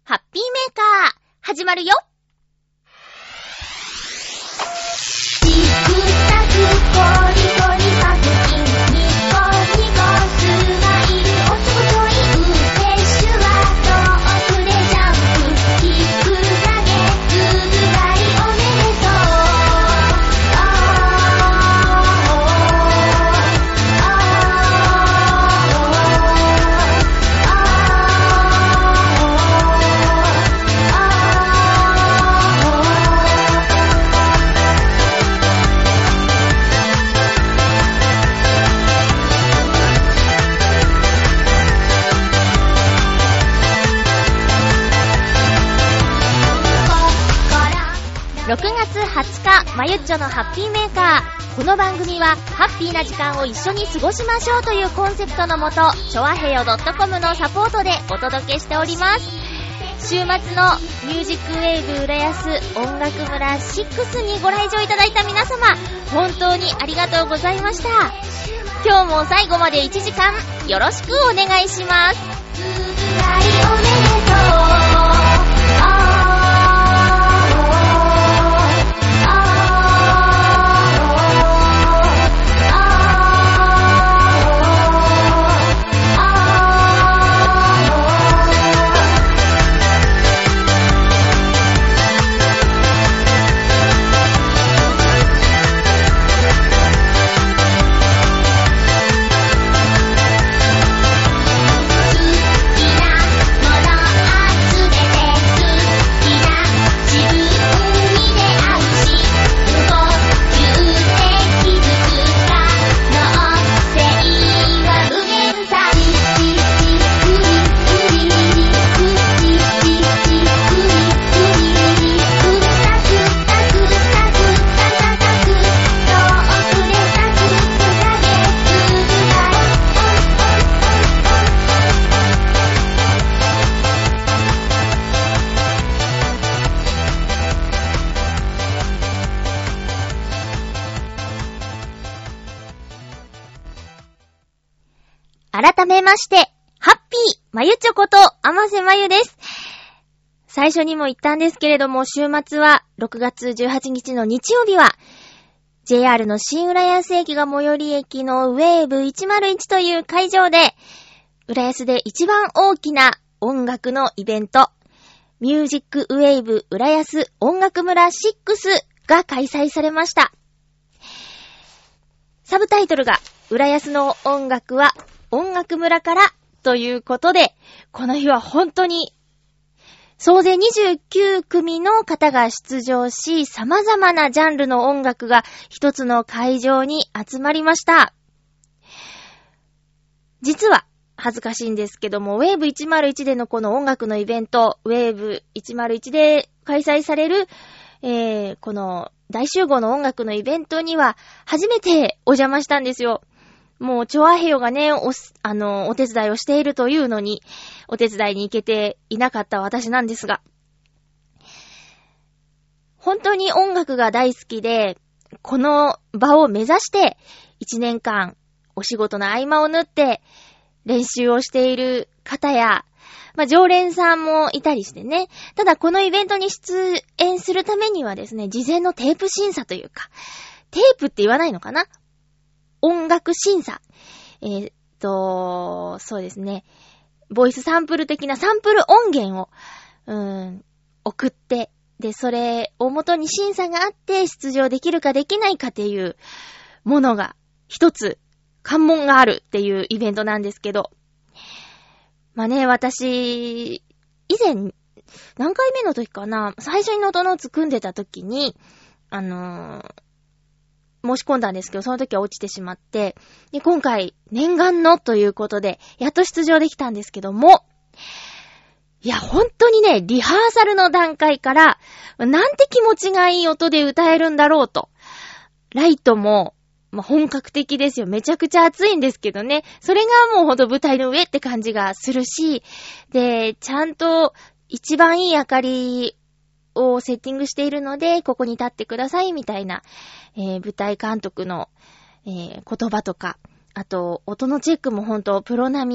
ハッピーメーカー始まるよ。チクタクコリコリパクチンニコニコスマイルおっとこちょい運転手は遠くでジャンプ引くだけつぶらいおめでとう。6月20日、まゆっちょのハッピーメーカー。この番組はハッピーな時間を一緒に過ごしましょうというコンセプトのもと、ちょあへよ .com のサポートでお届けしております。週末のミュージックウェーブ浦安音楽村6にご来場いただいた皆様、本当にありがとうございました。今日も最後まで1時間よろしくお願いします。改めまして、ハッピーまゆちょこと甘瀬まゆです。最初にも言ったんですけれども、週末は6月18日の日曜日は JR の新浦安駅が最寄り駅のウェーブ101という会場で、浦安で一番大きな音楽のイベント、ミュージックウェーブ浦安音楽村6が開催されました。サブタイトルが浦安の音楽は音楽村からということで、この日は本当に総勢29組の方が出場し、様々なジャンルの音楽が一つの会場に集まりました。実は恥ずかしいんですけども、ウェーブ101でのこの音楽のイベント、ウェーブ101で開催される、この大集合の音楽のイベントには初めてお邪魔したんですよ。もう、チョアヘヨがね、お手伝いをしているというのに、お手伝いに行けていなかった私なんですが、本当に音楽が大好きで、この場を目指して、1年間、お仕事の合間を縫って、練習をしている方や、常連さんもいたりしてね。ただ、このイベントに出演するためにはですね、事前のテープ審査というか、テープって言わないのかな？音楽審査。そうですね。ボイスサンプル的なサンプル音源を、送って、で、それを元に審査があって出場できるかできないかっていうものが一つ関門があるっていうイベントなんですけど。私、以前、何回目の時かな、最初にノートノーツ組んでた時に、申し込んだんですけど、その時は落ちてしまって、で、今回、念願のということで、やっと出場できたんですけども、いや、本当にね、リハーサルの段階から、なんて気持ちがいい音で歌えるんだろうと。ライトも、本格的ですよ。めちゃくちゃ暑いんですけどね。それがもうほんと舞台の上って感じがするし、で、ちゃんと一番いい明かりをセッティングしているので、ここに立ってくださいみたいな、舞台監督の、言葉とか、あと、音のチェックもほんとプロ並みで、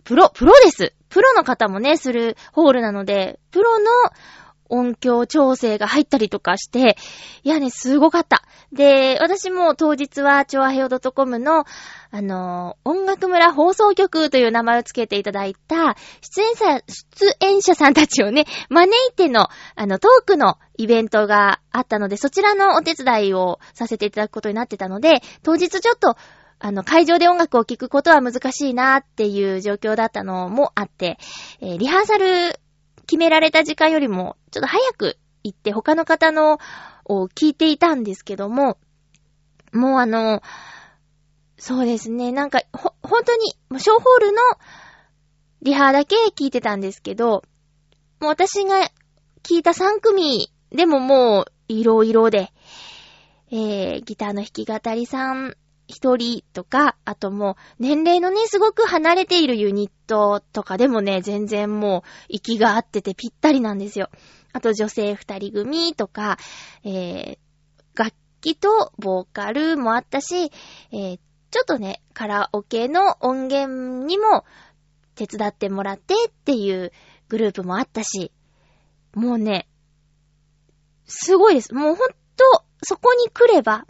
プロです。プロの方もね、するホールなので、プロの音響調整が入ったりとかして、いやね、すごかった。で、私も当日は、チョアヘオ.com の、音楽村放送局という名前をつけていただいた、出演者さんたちをね、招いての、トークのイベントがあったので、そちらのお手伝いをさせていただくことになってたので、当日ちょっと、会場で音楽を聴くことは難しいなっていう状況だったのもあって、リハーサル決められた時間よりもちょっと早く行って他の方のを聞いていたんですけども、もうそうですね、なんか本当にショーホールのリハだけ聞いてたんですけど、もう私が聞いた3組でももう色々で、ギターの弾き語りさん一人とか、あともう年齢のねすごく離れているユニットとかでもね全然もう息が合っててぴったりなんですよ。あと女性二人組とか、楽器とボーカルもあったし、ちょっとねカラオケの音源にも手伝ってもらってっていうグループもあったし、もうねすごいです。もうほんとそこに来れば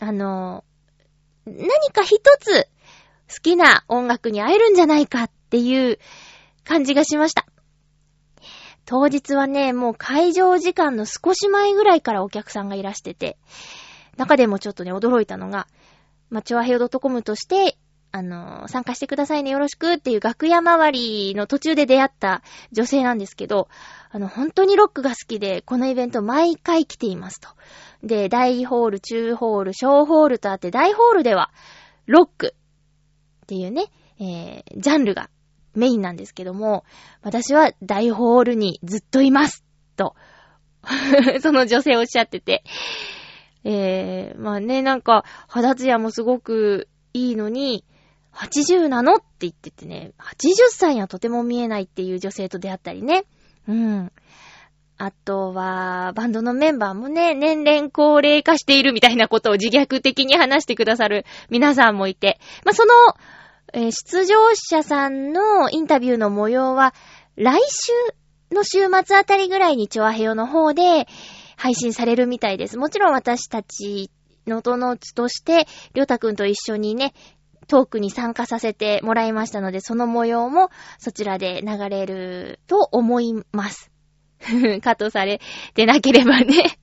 何か一つ好きな音楽に会えるんじゃないかっていう感じがしました。当日はね、もう会場時間の少し前ぐらいからお客さんがいらしてて、中でもちょっとね、驚いたのが、チョアヘオ.com として、参加してくださいね、よろしくっていう楽屋周りの途中で出会った女性なんですけど、本当にロックが好きで、このイベント毎回来ていますと。で、大ホール、中ホール、小ホールとあって、大ホールでは、ロックっていうね、ジャンルがメインなんですけども、私は大ホールにずっといますと、その女性おっしゃってて、まあね、なんか、肌ツヤもすごくいいのに、80なのって言っててね、80歳にはとても見えないっていう女性と出会ったりね。うん。あとは、バンドのメンバーもね、年々高齢化しているみたいなことを自虐的に話してくださる皆さんもいて、その、出場者さんのインタビューの模様は、来週の週末あたりぐらいにチョアヘヨの方で配信されるみたいです。もちろん私たちのトノーツとして、りょうたくんと一緒にね、トークに参加させてもらいましたので、その模様もそちらで流れると思います。カットされてなければね。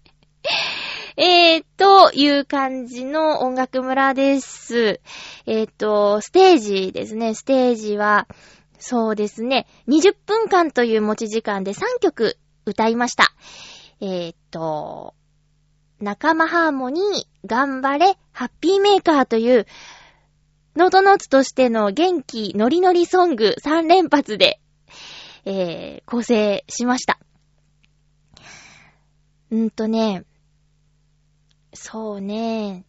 という感じの音楽村です。ステージですね。ステージは、そうですね、20分間という持ち時間で3曲歌いました。仲間ハーモニー、頑張れ、ハッピーメーカーという、ノートノーツとしての元気ノリノリソング3連発で、構成しました。そうね。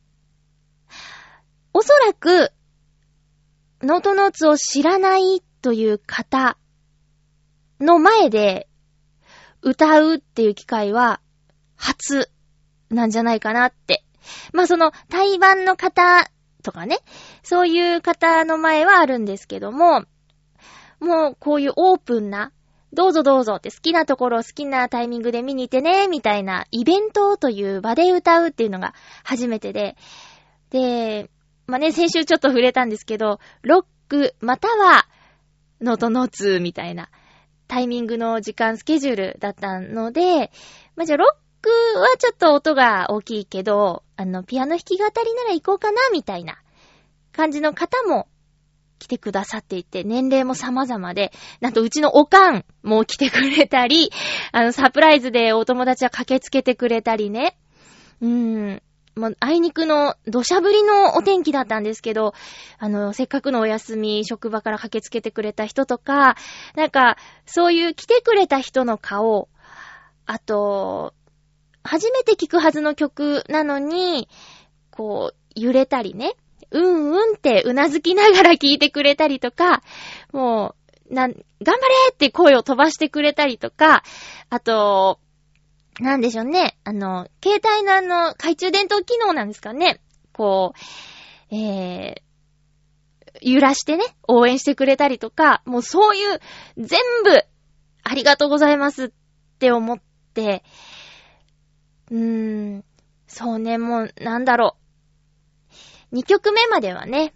おそらく、ノートノーツを知らないという方の前で歌うっていう機会は初なんじゃないかなって。その対バンの方とかね、そういう方の前はあるんですけども、もうこういうオープンな、どうぞどうぞって好きなところ好きなタイミングで見に行ってね、みたいなイベントという場で歌うっていうのが初めてで、で、先週ちょっと触れたんですけど、ロックまたはノートノーツみたいなタイミングの時間スケジュールだったので、じゃあロックはちょっと音が大きいけど、ピアノ弾き語りなら行こうかな、みたいな感じの方も来てくださっていて、年齢も様々で、なんとうちのおかんも来てくれたり、サプライズでお友達は駆けつけてくれたりね。あいにくの土砂降りのお天気だったんですけど、せっかくのお休み、職場から駆けつけてくれた人とか、なんか、そういう来てくれた人の顔、あと、初めて聞くはずの曲なのに、こう、揺れたりね、うんうんってうなずきながら聞いてくれたりとか、もう、頑張れって声を飛ばしてくれたりとか、あと、なんでしょうね。携帯の懐中電灯機能なんですかね。こう、 揺らしてね、応援してくれたりとか、もうそういう、全部、ありがとうございますって思って、そうね、もう、なんだろう。2曲目まではね、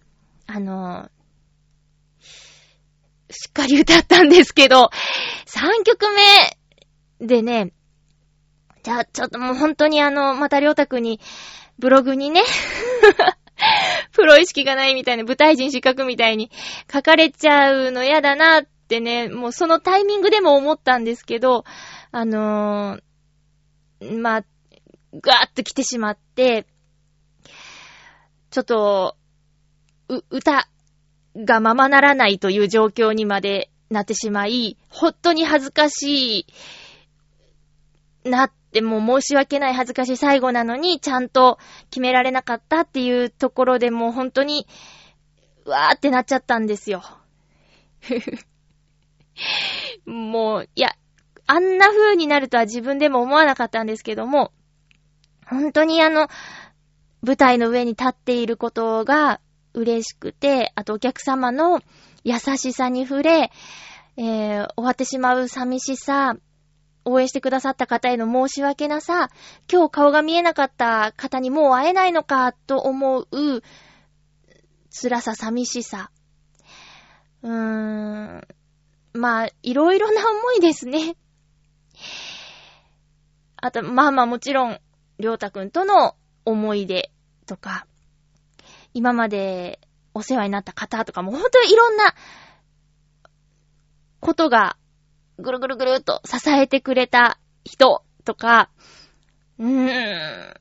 しっかり歌ったんですけど、3曲目でね、じゃあちょっともう本当にまたりょうたくんに、ブログにね、プロ意識がないみたいな、舞台人失格みたいに書かれちゃうの嫌だなってね、もうそのタイミングでも思ったんですけど、まあ、ガーッと来てしまって、ちょっと、歌がままならないという状況にまでなってしまい、本当に恥ずかしいなってもう申し訳ない恥ずかしい最後なのにちゃんと決められなかったっていうところでもう本当にわーってなっちゃったんですよ。もう、いや、あんな風になるとは自分でも思わなかったんですけども、本当に舞台の上に立っていることが嬉しくて、あとお客様の優しさに触れ、終わってしまう寂しさ、応援してくださった方への申し訳なさ、今日顔が見えなかった方にもう会えないのかと思う辛さ、寂しさ。まあ、いろいろな思いですね。あと、まあもちろん、りょうたくんとの思い出とか、今までお世話になった方とかも本当にいろんなことがぐるぐるぐるっと支えてくれた人とか、ね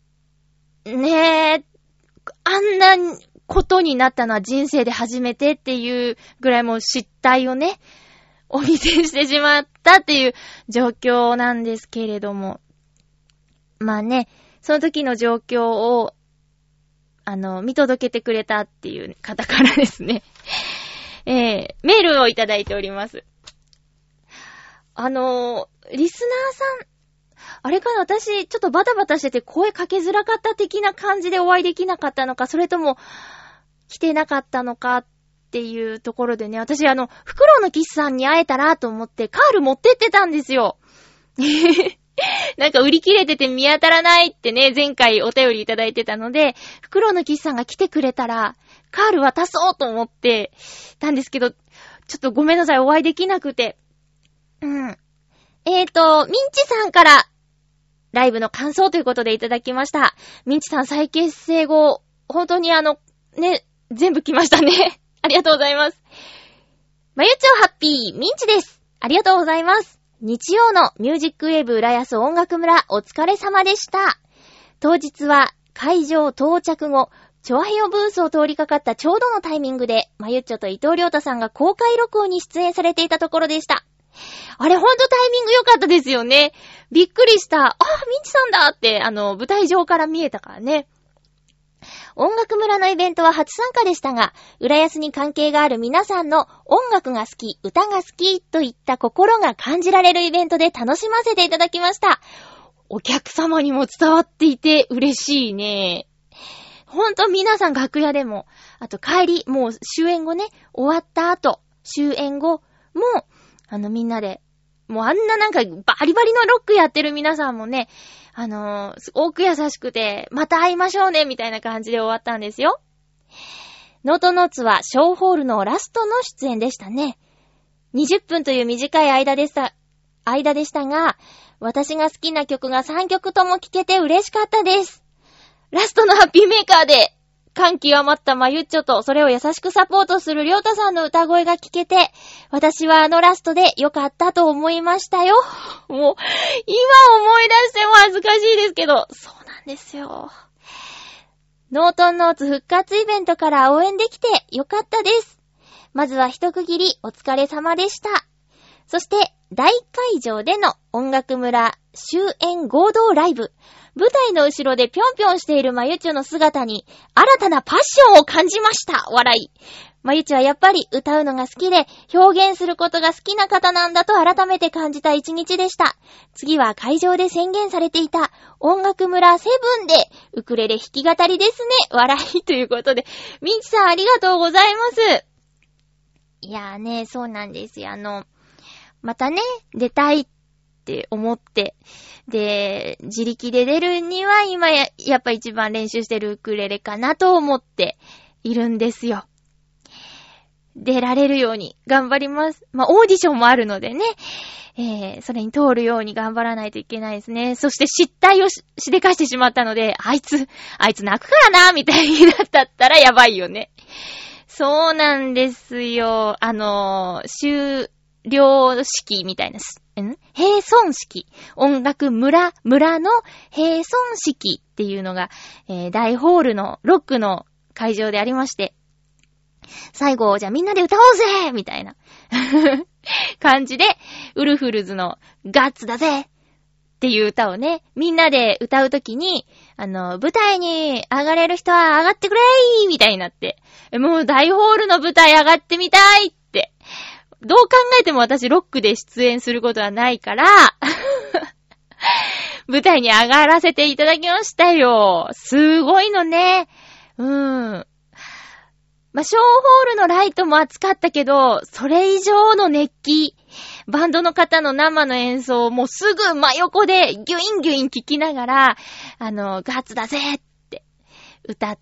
え、あんなことになったのは人生で初めてっていうぐらいもう失態をね、お見せしてしまったっていう状況なんですけれども。まあね、その時の状況を、見届けてくれたっていう方からですね、メールをいただいております。リスナーさん、あれかな、私、ちょっとバタバタしてて声かけづらかった的な感じでお会いできなかったのか、それとも、来てなかったのかっていうところでね、私、フクロウのキスさんに会えたらと思って、カール持ってってたんですよ。なんか売り切れてて見当たらないってね、前回お便りいただいてたので、フクロウのキスさんが来てくれたら、カール渡そうと思ってたんですけど、ちょっとごめんなさい、お会いできなくて。ミンチさんから、ライブの感想ということでいただきました。ミンチさん再結成後、本当にね、全部来ましたね。ありがとうございます。まゆちょハッピー、ミンチです。ありがとうございます。日曜のミュージックウェーブ浦安音楽村お疲れ様でした。当日は会場到着後、チョアヘヨブースを通りかかったちょうどのタイミングで、まゆっちょと伊藤亮太さんが公開録音に出演されていたところでした。あれほんとタイミング良かったですよね。びっくりした。ミンチさんだって、舞台上から見えたからね。音楽村のイベントは初参加でしたが、浦安に関係がある皆さんの音楽が好き、歌が好きといった心が感じられるイベントで楽しませていただきました。お客様にも伝わっていて嬉しいね。ほんと皆さん楽屋でも、あと帰り、もう終演後ね、終わった後、終演後も、みんなで、もうあんななんかバリバリのロックやってる皆さんもね、すごく優しくて、また会いましょうね、みたいな感じで終わったんですよ。ノートノーツはショーホールのラストの出演でしたね。20分という短い間でしたが、私が好きな曲が3曲とも聴けて嬉しかったです。ラストのハッピーメーカーで、感極まったまゆっちょと、それを優しくサポートするりょうたさんの歌声が聞けて、私はラストで良かったと思いましたよ。もう、今思い出しても恥ずかしいですけど、そうなんですよ。ノートンノーツ復活イベントから応援できて良かったです。まずは一区切りお疲れ様でした。そして、 大会場での音楽村終演合同ライブ。舞台の後ろでぴょんぴょんしているまゆちょの姿に新たなパッションを感じました。笑い。まゆちょはやっぱり歌うのが好きで表現することが好きな方なんだと改めて感じた一日でした。次は会場で宣言されていた音楽村セブンでウクレレ弾き語りですね。笑いということで、みんちさんありがとうございます。いやーね、そうなんですよ。またね、出たいって思って、で、自力で出るには今やっぱ一番練習してるウクレレかなと思っているんですよ。出られるように頑張ります。まあ、オーディションもあるのでね、それに通るように頑張らないといけないですね。そして失態をしでかしてしまったので、あいつ泣くからな、みたいになったらやばいよね。そうなんですよ。終了式みたいな、閉村式。音楽村の閉村式っていうのが、大ホールのロックの会場でありまして、最後、じゃあみんなで歌おうぜみたいな感じで、ウルフルズのガッツだぜっていう歌をね、みんなで歌うときに、舞台に上がれる人は上がってくれーみたいになって、もう大ホールの舞台上がってみたいって、どう考えても私ロックで出演することはないから、舞台に上がらせていただきましたよ。すごいのね。まあ、小ホールのライトも熱かったけど、それ以上の熱気、バンドの方の生の演奏をもうすぐ真横でギュインギュイン聞きながら、ガッツだぜって歌って、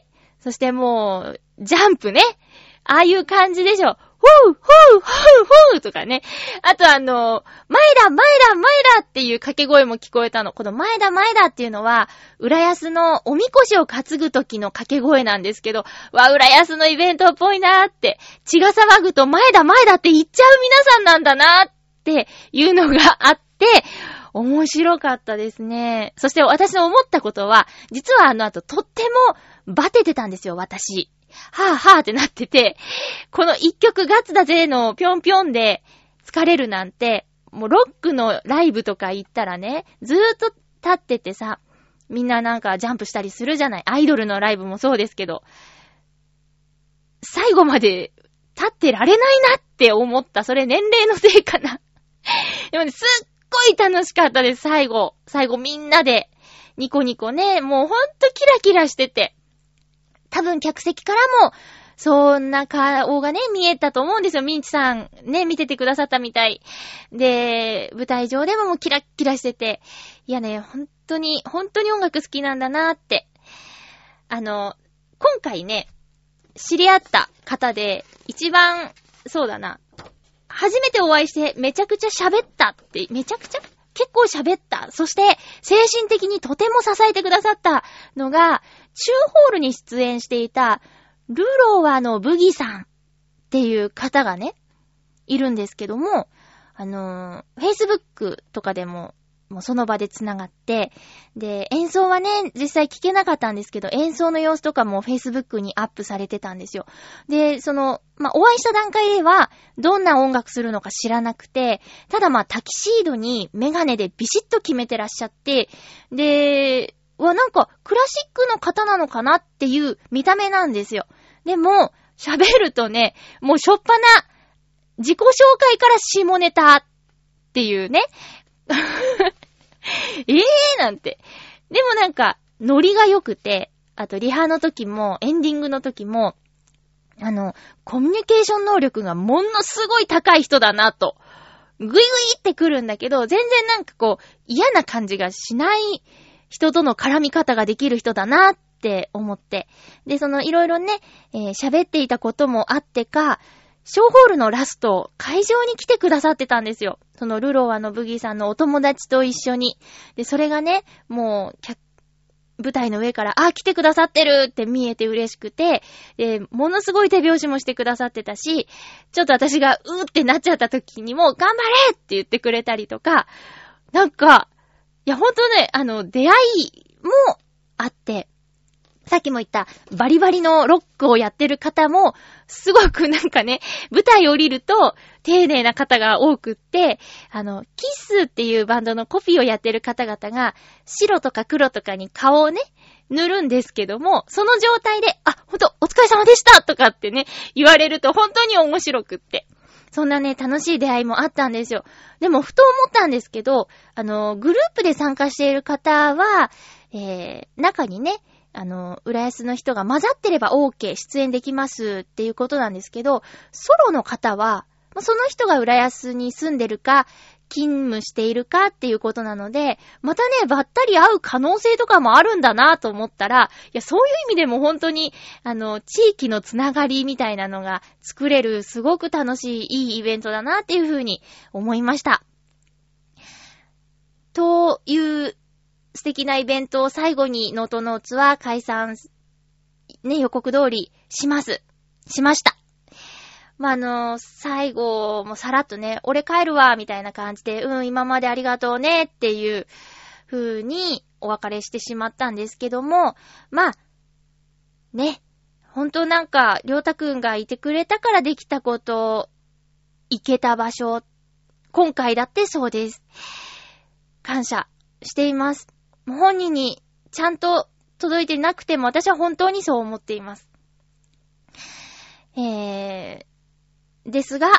そしてもう、ジャンプね。ああいう感じでしょ。フーフーフーフーとかね。あと前だっていう掛け声も聞こえたの。この前だっていうのは、浦安のおみこしを担ぐ時の掛け声なんですけど、浦安のイベントっぽいなーって、血が騒ぐと前だって言っちゃう皆さんなんだなーっていうのがあって、面白かったですね。そして私の思ったことは、実は後とってもバテてたんですよ、私。はぁはぁってなってて、この一曲ガッツだぜのぴょんぴょんで疲れるなんて、もうロックのライブとか行ったらね、ずーっと立っててさ、みんななんかジャンプしたりするじゃない。アイドルのライブもそうですけど、最後まで立ってられないなって思った。それ年齢のせいかな。でもね、すっごい楽しかったです、最後みんなでニコニコね、もうほんとキラキラしてて。多分客席からもそんな顔がね見えたと思うんですよ。ミンチさんね見ててくださったみたいで、舞台上でももうキラッキラしてて、いやね本当に音楽好きなんだなって。今回ね知り合った方で一番そうだな、初めてお会いしてめちゃくちゃ喋ったって、結構喋った。そして、精神的にとても支えてくださったのが、中ホールに出演していた、ルロワのブギさんっていう方がね、いるんですけども、Facebook とかでもうその場でつながって、で、演奏はね、実際聞けなかったんですけど、演奏の様子とかも Facebook にアップされてたんですよ。で、お会いした段階では、どんな音楽するのか知らなくて、ただタキシードにメガネでビシッと決めてらっしゃって、で、なんか、クラシックの方なのかなっていう見た目なんですよ。でも、喋るとね、もうしょっぱな、自己紹介から下ネタっていうね、なんて。でもなんか、ノリが良くて、あとリハの時も、エンディングの時も、コミュニケーション能力がものすごい高い人だなと。グイグイってくるんだけど、全然なんかこう、嫌な感じがしない人との絡み方ができる人だなって思って。で、いろいろね、喋っていたこともあってか、ショーホールのラスト、会場に来てくださってたんですよ。ルロワのブギーさんのお友達と一緒に。で、それがね、もう、舞台の上から、来てくださってるって見えて嬉しくて、ものすごい手拍子もしてくださってたし、ちょっと私が、ってなっちゃった時にも、頑張れって言ってくれたりとか、なんか、いや、ほんとね、出会いもあって、 さっきも言ったバリバリのロックをやってる方も、すごくなんかね、舞台降りると丁寧な方が多くって、キスっていうバンドのコピーをやってる方々が、白とか黒とかに顔をね、塗るんですけども、その状態で、ほんと、お疲れ様でしたとかってね、言われると本当に面白くって。そんなね、楽しい出会いもあったんですよ。でも、ふと思ったんですけど、グループで参加している方は、中にね、浦安の人が混ざってれば OK 出演できますっていうことなんですけど、ソロの方は、その人が浦安に住んでるか、勤務しているかっていうことなので、またね、ばったり会う可能性とかもあるんだなと思ったら、いや、そういう意味でも本当に、地域のつながりみたいなのが作れる、すごく楽しい、いいイベントだなっていうふうに思いました。という素敵なイベントを最後にノートノーツは開催、ね、予告通りしました。最後もさらっとね、俺帰るわ、みたいな感じで、今までありがとうね、っていう風にお別れしてしまったんですけども、ね、本当なんか、りょうたくんがいてくれたからできたこと、行けた場所、今回だってそうです。感謝しています。本人にちゃんと届いてなくても私は本当にそう思っています。ですが、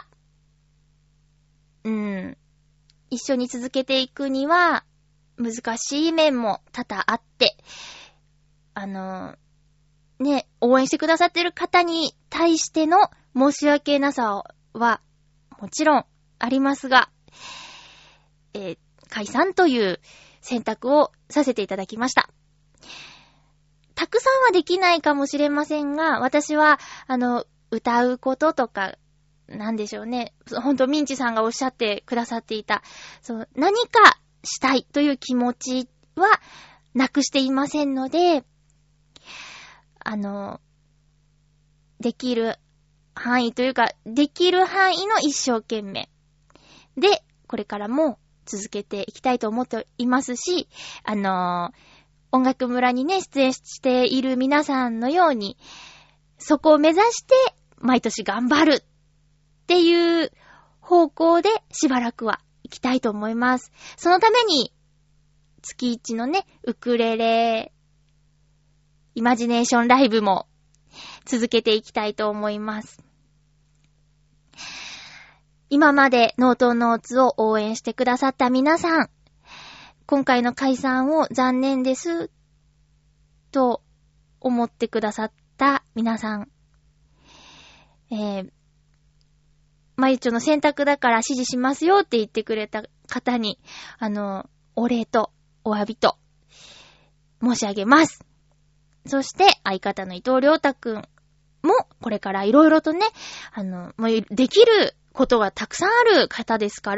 一緒に続けていくには難しい面も多々あって、ね、応援してくださってる方に対しての申し訳なさはもちろんありますが、解散という選択をさせていただきました。たくさんはできないかもしれませんが、私は歌うこととか、なんでしょうね。ほんとミンチさんがおっしゃってくださっていた、何かしたいという気持ちはなくしていませんので、できる範囲というか、できる範囲の一生懸命で、これからも続けていきたいと思っていますし、音楽村にね、出演している皆さんのように、そこを目指して毎年頑張るっていう方向でしばらくは行きたいと思います。そのために月1のね、ウクレレイマジネーションライブも続けていきたいと思います。今までノートノーツを応援してくださった皆さん、今回の解散を残念ですと思ってくださった皆さん、まゆちょの選択だから支持しますよって言ってくれた方に、お礼とお詫びと申し上げます。そして相方の伊藤亮太くんもこれからいろいろとね、もうできることがたくさんある方ですから、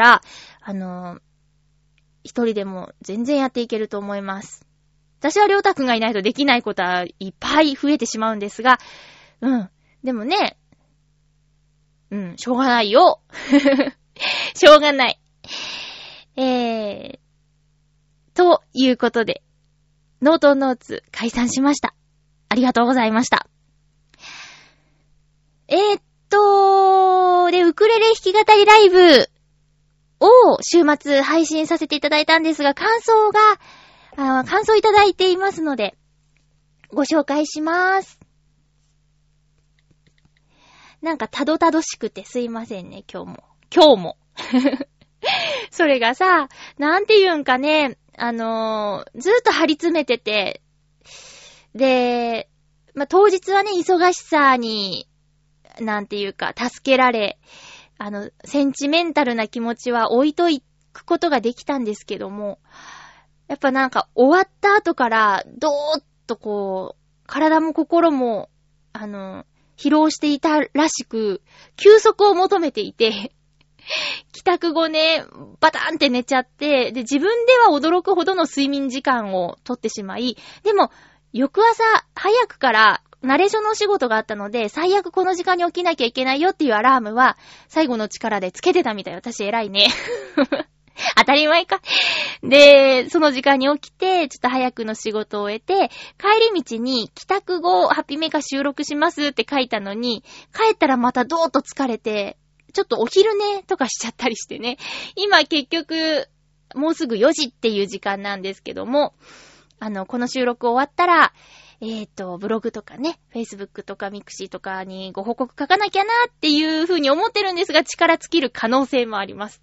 一人でも全然やっていけると思います。私は亮太くんがいないとできないことはいっぱい増えてしまうんですが、でもね、しょうがないよ。しょうがない。ということで、ノートノーツ解散しました。ありがとうございました。で、ウクレレ弾き語りライブを週末配信させていただいたんですが、感想いただいていますので、ご紹介します。なんかたどたどしくてすいませんね、今日も。それがさ、なんて言うんかね、ずーっと張り詰めてて、で、当日はね、忙しさに、なんていうか、助けられ、センチメンタルな気持ちは置いとくことができたんですけども、やっぱなんか終わった後から、どーっとこう、体も心も、疲労していたらしく、休息を求めていて、帰宅後ね、バタンって寝ちゃって、で、自分では驚くほどの睡眠時間を取ってしまい、でも、翌朝早くからナレーションのお仕事があったので、最悪この時間に起きなきゃいけないよっていうアラームは、最後の力でつけてたみたい。私偉いね。 当たり前か。で、その時間に起きて、ちょっと早くの仕事を終えて、帰り道に帰宅後、ハッピーメーカー収録しますって書いたのに、帰ったらまたどーっと疲れて、ちょっとお昼寝とかしちゃったりしてね。今結局、もうすぐ4時っていう時間なんですけども、この収録終わったら、ブログとかね、Facebook とかミクシーとかにご報告書かなきゃなっていう風に思ってるんですが、力尽きる可能性もあります。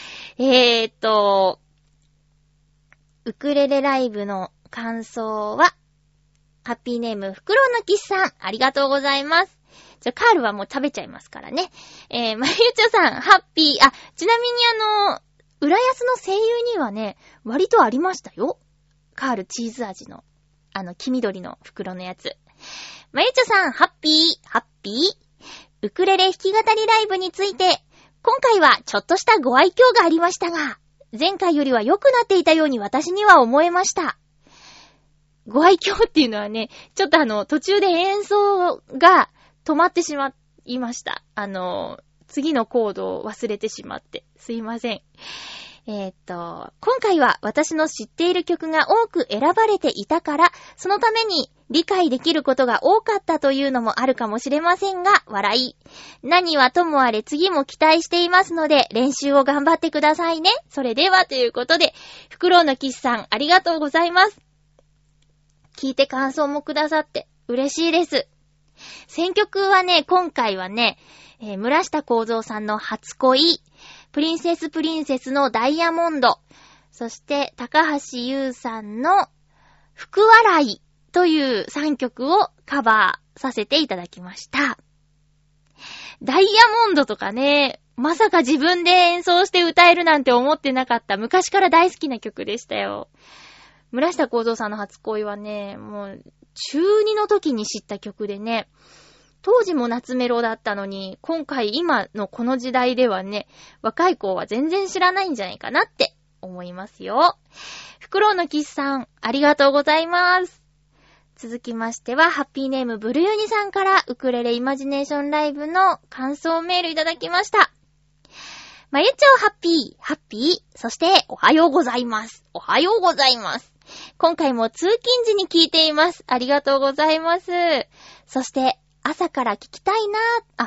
ウクレレライブの感想は、ハッピーネーム、フクロウのキスさん、ありがとうございます。カールはもう食べちゃいますからね。まゆちょさん、ハッピー、ちなみに浦安の声優にはね、割とありましたよ。カールチーズ味の、黄緑の袋のやつ。まゆちょさん、ハッピー。ウクレレ弾き語りライブについて、今回はちょっとしたご愛嬌がありましたが、前回よりは良くなっていたように私には思えました。ご愛嬌っていうのはね、ちょっと途中で演奏が止まってしまいました。次のコードを忘れてしまって。すいません。今回は私の知っている曲が多く選ばれていたから、そのために理解できることが多かったというのもあるかもしれませんが、笑い。何はともあれ次も期待していますので、練習を頑張ってくださいね。それではということで、フクロウのキスさんありがとうございます。聞いて感想もくださって嬉しいです。選曲はね、今回はね、村下幸三さんの初恋、プリンセスのダイヤモンド、そして高橋優さんの福笑いという3曲をカバーさせていただきました。ダイヤモンドとかね、まさか自分で演奏して歌えるなんて思ってなかった。昔から大好きな曲でしたよ。村下幸三さんの初恋はね、もう中2の時に知った曲でね、当時も夏メロだったのに、今回今のこの時代ではね、若い子は全然知らないんじゃないかなって思いますよ。フクロウのキスさん、ありがとうございます。続きましては、ハッピーネームブルユニさんからウクレレイマジネーションライブの感想メールいただきました。まゆちょハッピー、そしておはようございます。今回も通勤時に聞いています。ありがとうございます。そして、朝から聞きたい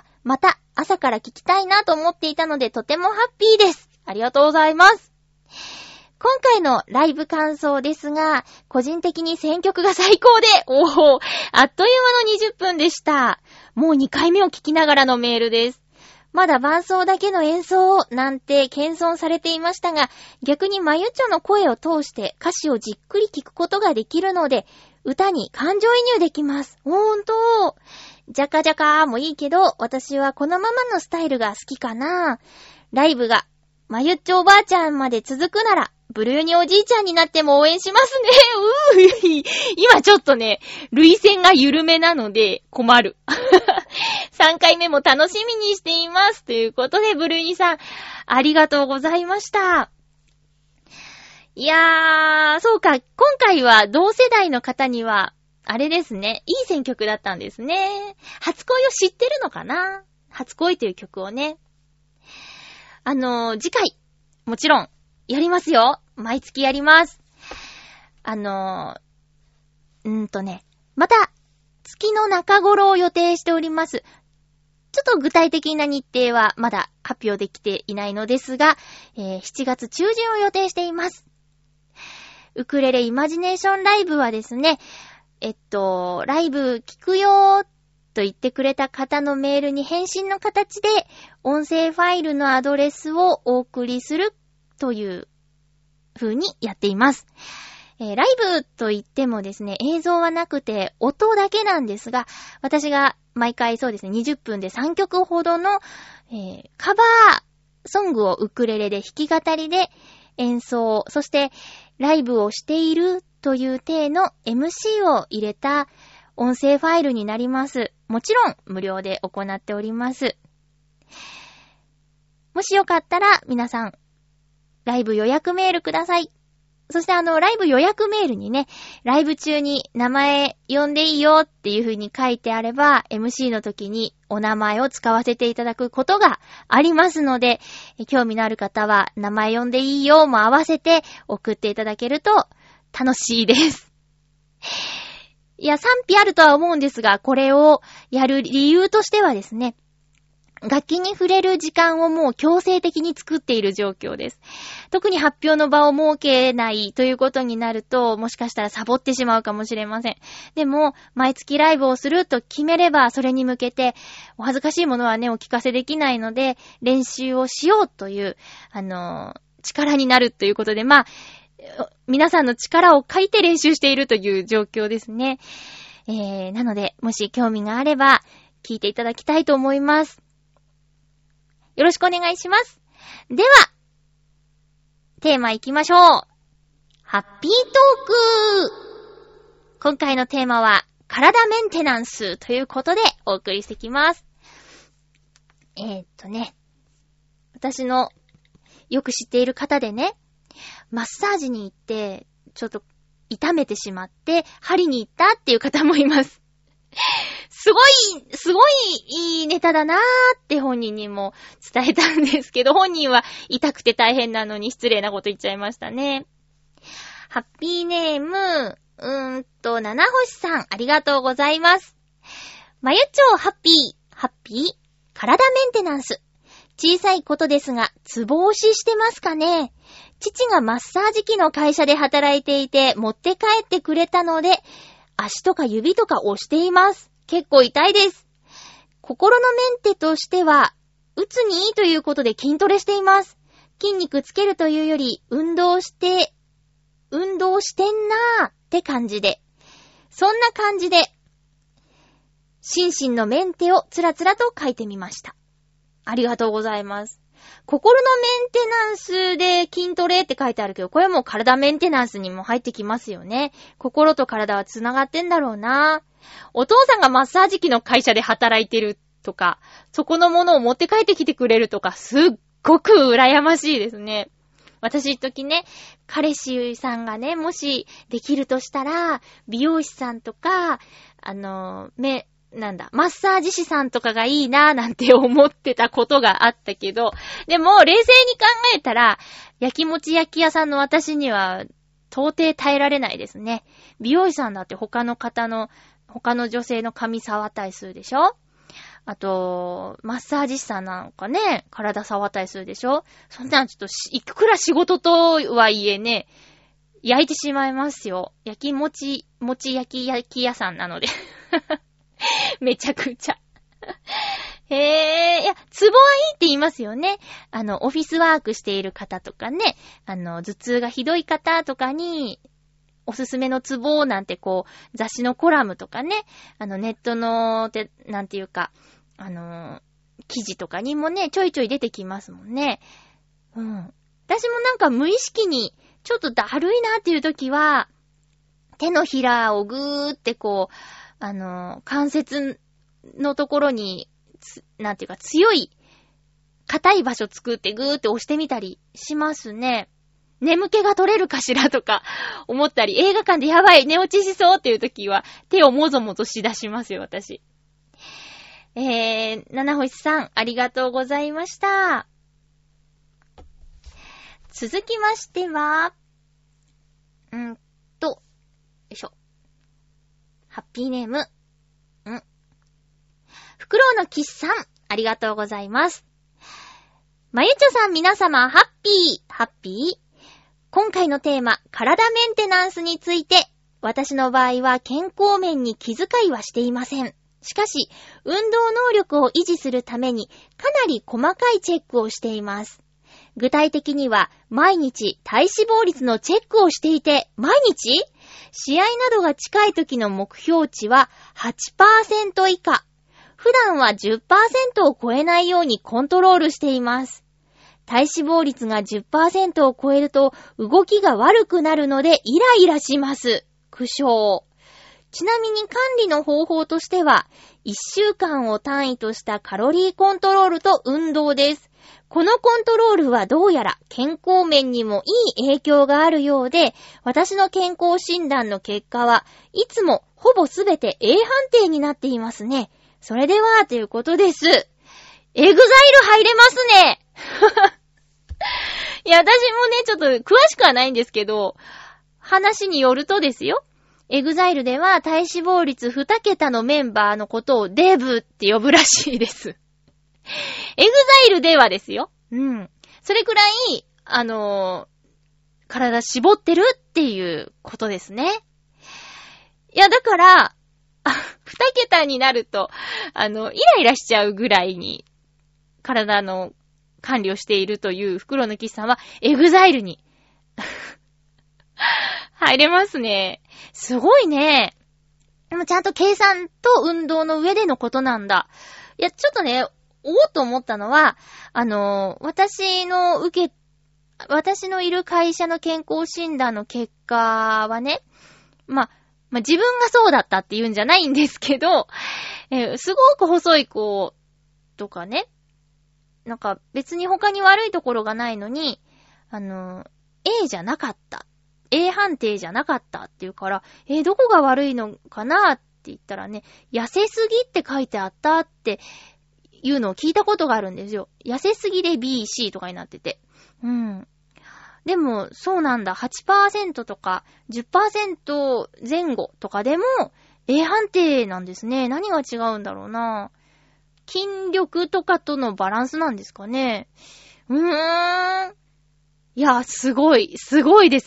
なと思っていたのでとてもハッピーです。ありがとうございます。今回のライブ感想ですが、個人的に選曲が最高で、あっという間の20分でした。もう2回目を聞きながらのメールです。まだ伴奏だけの演奏をなんて謙遜されていましたが、逆にまゆちょの声を通して歌詞をじっくり聞くことができるので、歌に感情移入できます。ほんと。ジャカジャカもいいけど、私はこのままのスタイルが好きかな。ライブがまゆっちょおばあちゃんまで続くなら、ブルーにおじいちゃんになっても応援しますね。今ちょっとね、涙腺が緩めなので困る。3回目も楽しみにしています。ということで、ブルーニさん、ありがとうございました。いやー、そうか、今回は同世代の方には、あれですね、いい選曲だったんですね。初恋を知ってるのかな？初恋という曲をね。次回、もちろん、やりますよ。毎月やります。また、月の中頃を予定しております。ちょっと具体的な日程はまだ発表できていないのですが、7月中旬を予定しています。ウクレレイマジネーションライブはですね、ライブ聞くよーと言ってくれた方のメールに返信の形で音声ファイルのアドレスをお送りするという風にやっています。ライブと言ってもですね、映像はなくて音だけなんですが、私が毎回そうですね、20分で3曲ほどの、カバーソングをウクレレで弾き語りで演奏、そしてライブをしているという体の MC を入れた音声ファイルになります。もちろん無料で行っております。もしよかったら皆さん、ライブ予約メールください。 そしてライブ予約メールにね、ライブ中に名前呼んでいいよっていう風に書いてあれば、MC の時にお名前を使わせていただくことがありますので、興味のある方は名前呼んでいいよも合わせて送っていただけると楽しいです。いや、賛否あるとは思うんですが、これをやる理由としてはですね、楽器に触れる時間をもう強制的に作っている状況です。特に発表の場を設けないということになると、もしかしたらサボってしまうかもしれません。でも、毎月ライブをすると決めれば、それに向けて、お恥ずかしいものはね、お聞かせできないので、練習をしようという、力になるということで、皆さんの力を借りて練習しているという状況ですね。なので、もし興味があれば、聞いていただきたいと思います。よろしくお願いします。では、テーマ行きましょう。ハッピートーク。今回のテーマは、体メンテナンスということでお送りしてきます。私のよく知っている方でね、マッサージに行って、ちょっと痛めてしまって、針に行ったっていう方もいます。すごいいいネタだなーって本人にも伝えたんですけど、本人は痛くて大変なのに失礼なこと言っちゃいましたね。ハッピーネーム、七星さん、ありがとうございます。まゆちょうハッピー、体メンテナンス。小さいことですが、ツボ押ししてますかね。父がマッサージ機の会社で働いていて、持って帰ってくれたので、足とか指とか押しています。結構痛いです。心のメンテとしては、うつにいいということで筋トレしています。筋肉つけるというより、運動してんなーって感じで。そんな感じで、心身のメンテをつらつらと書いてみました。ありがとうございます。心のメンテナンスで筋トレって書いてあるけど、これも体メンテナンスにも入ってきますよね。心と体はつながってんだろうな。お父さんがマッサージ機の会社で働いてるとか、そこのものを持って帰ってきてくれるとか、すっごく羨ましいですね。私一時ね、彼氏さんがね、もしできるとしたら、美容師さんとか、マッサージ師さんとかがいいなぁなんて思ってたことがあったけど、でも冷静に考えたら、焼きもち焼き屋さんの私には到底耐えられないですね。美容師さんだって他の女性の髪触ったりするでしょ？あと、マッサージ師さんなんかね、体触ったりするでしょ？そんなのちょっといくら仕事とはいえね、焼いてしまいますよ。焼きもち焼き屋さんなので。めちゃくちゃ。いや、ツボはいいって言いますよね。オフィスワークしている方とかね、頭痛がひどい方とかに、おすすめのツボなんて雑誌のコラムとかね、ネットの、なんていうか、記事とかにもね、ちょいちょい出てきますもんね。うん。私もなんか無意識に、ちょっとだるいなっていう時は、手のひらをぐーって関節のところに、なんていうか強い、硬い場所作ってぐーって押してみたりしますね。眠気が取れるかしらとか思ったり、映画館でやばい、寝落ちしそうっていう時は手をもぞもぞしだしますよ、私。七星さん、ありがとうございました。続きましては、よいしょ。ハッピーネーム。フクロウのキッさん、ありがとうございます。まゆちょさん、皆様、ハッピー今回のテーマ、体メンテナンスについて、私の場合は健康面に気遣いはしていません。しかし、運動能力を維持するために、かなり細かいチェックをしています。具体的には、毎日体脂肪率のチェックをしていて、毎日？試合などが近い時の目標値は 8% 以下。普段は 10% を超えないようにコントロールしています。体脂肪率が 10% を超えると動きが悪くなるのでイライラします。苦笑。ちなみに管理の方法としては、1週間を単位としたカロリーコントロールと運動です。 このコントロールはどうやら健康面にもいい影響があるようで、私の健康診断の結果はいつもほぼすべて A 判定になっていますね。それでは、ということです。エグザイル入れますね。いや、私もね、ちょっと詳しくはないんですけど、話によるとですよ。エグザイルでは体脂肪率2桁のメンバーのことをデブって呼ぶらしいです。エグザイルではですよ。それくらい、体絞ってるっていうことですね。いや、だから、2桁になると、イライラしちゃうぐらいに、体の管理をしているという袋のキスさんは、エグザイルに、入れますね。すごいね。でもちゃんと計算と運動の上でのことなんだ。いや、ちょっとね、おーっと思ったのは、私のいる会社の健康診断の結果はね、自分がそうだったって言うんじゃないんですけど、すごく細い子とかね、なんか別に他に悪いところがないのに、A じゃなかった。A 判定じゃなかったって言うから、どこが悪いのかなって言ったらね、痩せすぎって書いてあったっていうのを聞いたことがあるんですよ。痩せすぎで B、C とかになってて。でも、そうなんだ。8% とか 10% 前後とかでも A 判定なんですね。何が違うんだろうな。筋力とかとのバランスなんですかね。いや、すごいです。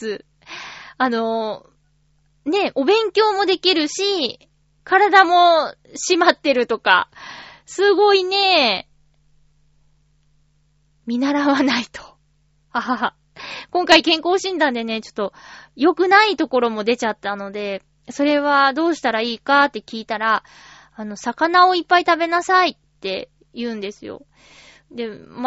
ね、お勉強もできるし、体も締まってるとか、すごいね。見習わないと。今回健康診断でね、ちょっと良くないところも出ちゃったので、それはどうしたらいいかって聞いたら、魚をいっぱい食べなさいって言うんですよ。で、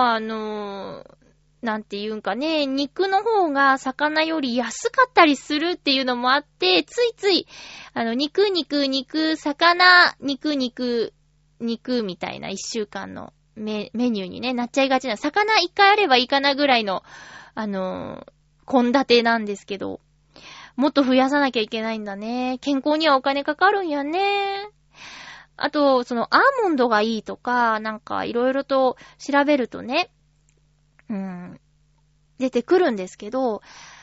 なんて言うんかね、肉の方が魚より安かったりするっていうのもあって、ついつい、魚、肉みたいな一週間のメニューにね、なっちゃいがちな。魚一回あればいいかなぐらいの、献立なんですけど、もっと増やさなきゃいけないんだね。健康にはお金かかるんやね。あと、アーモンドがいいとか、なんかいろいろと調べるとね、出てくるんですけど、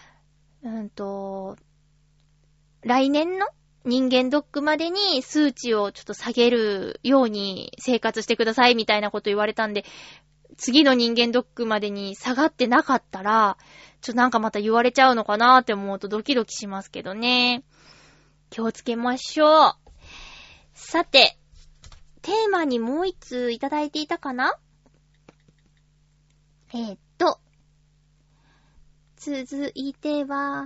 来年の人間ドックまでに数値をちょっと下げるように生活してくださいみたいなこと言われたんで、次の人間ドックまでに下がってなかったら、なんかまた言われちゃうのかなーって思うとドキドキしますけどね。気をつけましょう。さて、テーマにもう一通いただいていたかな？続いては、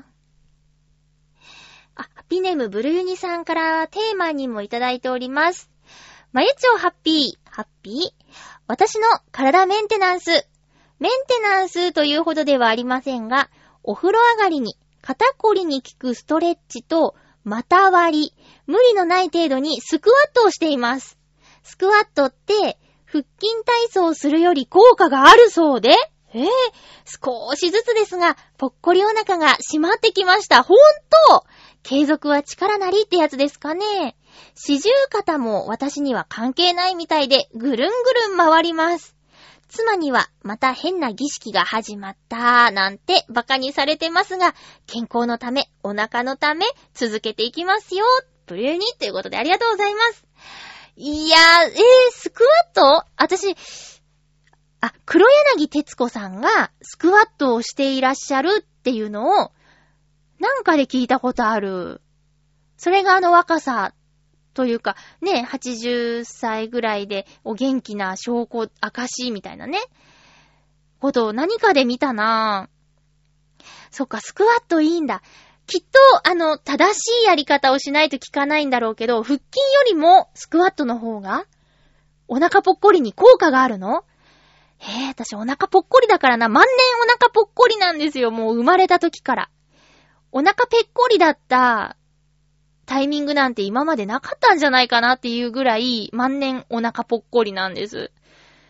ハッピーネームブルユニさんからテーマにもいただいております。まゆちょハッピー。私の体メンテナンスというほどではありませんが、お風呂上がりに肩こりに効くストレッチと股割り、無理のない程度にスクワットをしています。スクワットって腹筋体操をするより効果があるそうで、少しずつですが、ぽっこりお腹が締まってきました。ほんと！継続は力なりってやつですかね。四十肩も私には関係ないみたいで、ぐるんぐるん回ります。妻にはまた変な儀式が始まったなんてバカにされてますが、健康のため、お腹のため、続けていきますよ。ブリューニということでありがとうございます。いやスクワット？私、黒柳徹子さんがスクワットをしていらっしゃるっていうのをなんかで聞いたことある。それが若さというかね、80歳ぐらいでお元気な証拠、証みたいなね、ことを何かで見たなぁ。そっか、スクワットいいんだ。きっと正しいやり方をしないと効かないんだろうけど、腹筋よりもスクワットの方がお腹ぽっこりに効果があるの？私お腹ぽっこりだからな。万年お腹ぽっこりなんですよ。もう生まれた時から。お腹ぺっこりだったタイミングなんて今までなかったんじゃないかなっていうぐらい万年お腹ぽっこりなんです。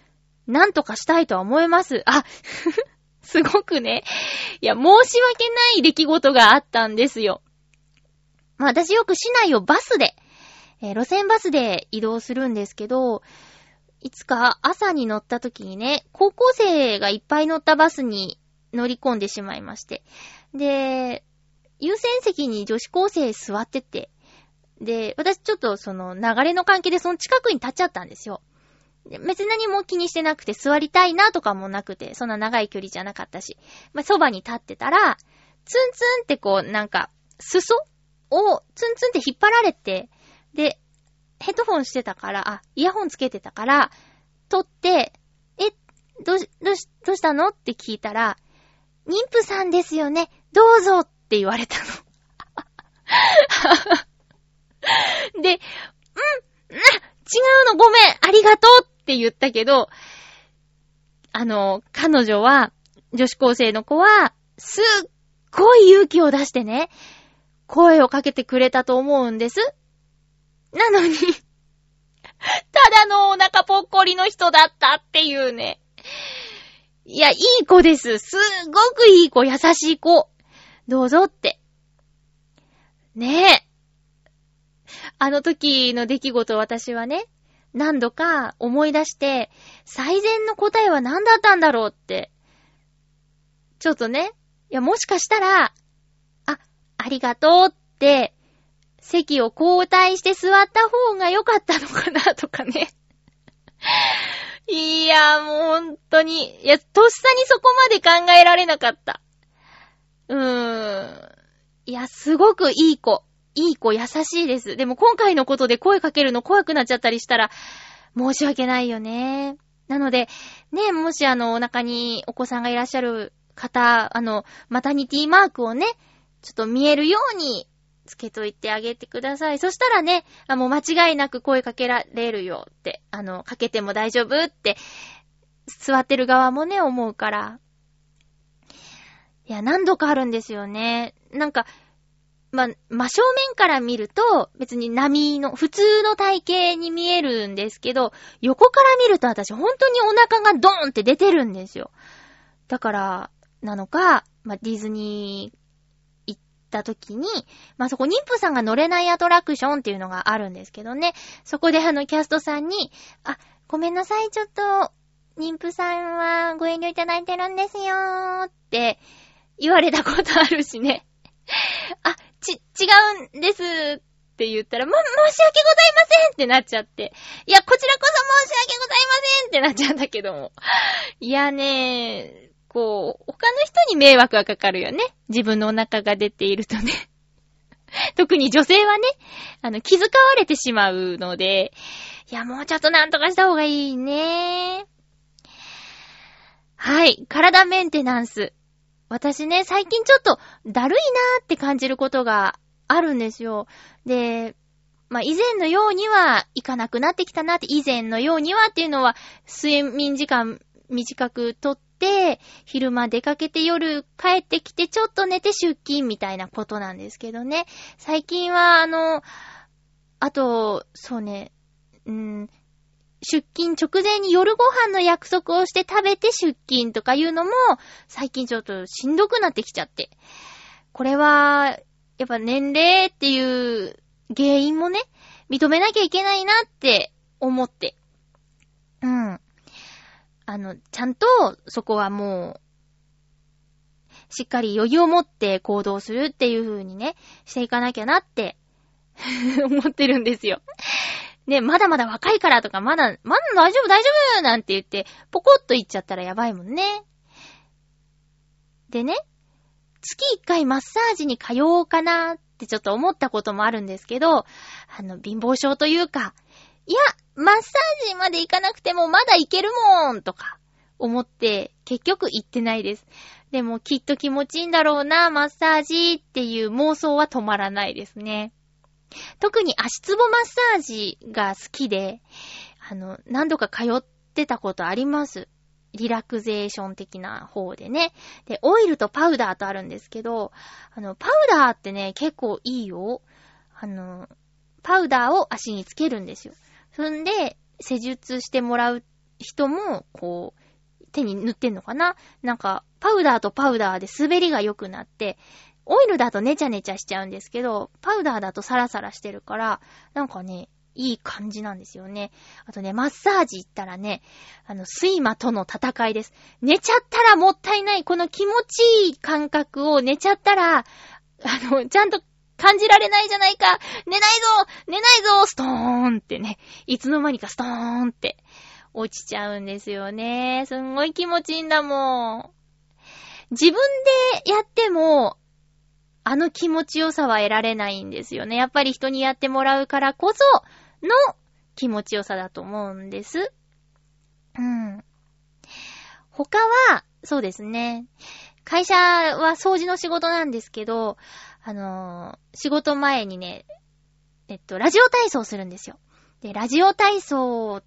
なんとかしたいとは思います。すごくね。いや、申し訳ない出来事があったんですよ。私よく市内をバスで、路線バスで移動するんですけど、いつか朝に乗った時にね、高校生がいっぱい乗ったバスに乗り込んでしまいまして。で、優先席に女子高生座ってて、で、私ちょっとその流れの関係でその近くに立っちゃったんですよ。別に何も気にしてなくて座りたいなとかもなくて、そんな長い距離じゃなかったし、そばに立ってたら、ツンツンってこうなんか、裾をツンツンって引っ張られて、で、ヘッドフォンしてたから、イヤホンつけてたから、取って、どうしたのって聞いたら、妊婦さんですよね、どうぞって言われたの。で、違うのごめん、ありがとうって言ったけど、彼女は、女子高生の子は、すっごい勇気を出してね、声をかけてくれたと思うんです。なのに、ただのお腹ぽっこりの人だったっていうね。いや、いい子です。すごくいい子、優しい子。どうぞって。ねえ。あの時の出来事私はね、何度か思い出して、最善の答えは何だったんだろうって。ちょっとね、いや、もしかしたら、ありがとうって、席を交代して座った方が良かったのかなとかね。いや、もう本当に、いや、とっさにそこまで考えられなかった。いや、すごくいい子、優しいです。でも今回のことで声かけるの怖くなっちゃったりしたら、申し訳ないよね。なので、ね、もしお腹にお子さんがいらっしゃる方、マタニティマークをね、ちょっと見えるようにつけといてあげてください。そしたらね、もう間違いなく声かけられるよって、かけても大丈夫って、座ってる側もね、思うから。いや、何度かあるんですよね。なんか、真正面から見ると、別に普通の体型に見えるんですけど、横から見ると私本当にお腹がドーンって出てるんですよ。だから、なのか、ディズニー行った時に、そこ妊婦さんが乗れないアトラクションっていうのがあるんですけどね。そこでキャストさんに、ごめんなさい、ちょっと、妊婦さんはご遠慮いただいてるんですよーって言われたことあるしね。違うんですって言ったら、申し訳ございませんってなっちゃって。いや、こちらこそ申し訳ございませんってなっちゃうんだけども。いやね、他の人に迷惑がかかるよね。自分のお腹が出ているとね。特に女性はね、気遣われてしまうので、いや、もうちょっとなんとかした方がいいね。はい、体メンテナンス。私ね、最近ちょっとだるいなーって感じることがあるんですよ。で、以前のようにはいかなくなってきたなって、以前のようにはっていうのは、睡眠時間短くとって、昼間出かけて夜帰ってきてちょっと寝て出勤みたいなことなんですけどね。最近はあと、そうね、出勤直前に夜ご飯の約束をして食べて出勤とかいうのも最近ちょっとしんどくなってきちゃって。これはやっぱ年齢っていう原因もね、認めなきゃいけないなって思って。ちゃんとそこはもうしっかり余裕を持って行動するっていう風にね、していかなきゃなって思ってるんですよ。ね、まだまだ若いからとか、まだ大丈夫なんて言って、ポコッと言っちゃったらやばいもんね。でね、月1回マッサージに通おうかなってちょっと思ったこともあるんですけど、貧乏症というか、いや、マッサージまで行かなくてもまだ行けるもんとか思って、結局行ってないです。でもきっと気持ちいいんだろうな、マッサージっていう妄想は止まらないですね。特に足つぼマッサージが好きで、何度か通ってたことあります。リラクゼーション的な方でね。で、オイルとパウダーとあるんですけど、パウダーってね、結構いいよ。パウダーを足につけるんですよ。そんで、施術してもらう人も、こう、手に塗ってんのかな？なんか、パウダーとパウダーで滑りが良くなって、オイルだとネチャネチャしちゃうんですけど、パウダーだとサラサラしてるから、なんかね、いい感じなんですよね。あとね、マッサージ行ったらね、睡魔との戦いです。寝ちゃったらもったいない。この気持ちいい感覚を寝ちゃったら、ちゃんと感じられないじゃないか。寝ないぞストーンってね。いつの間にかストーンって落ちちゃうんですよね。すんごい気持ちいいんだもん。自分でやっても、気持ちよさは得られないんですよね。やっぱり人にやってもらうからこその気持ちよさだと思うんです。他は、そうですね。会社は掃除の仕事なんですけど、仕事前にね、ラジオ体操するんですよ。で、ラジオ体操って、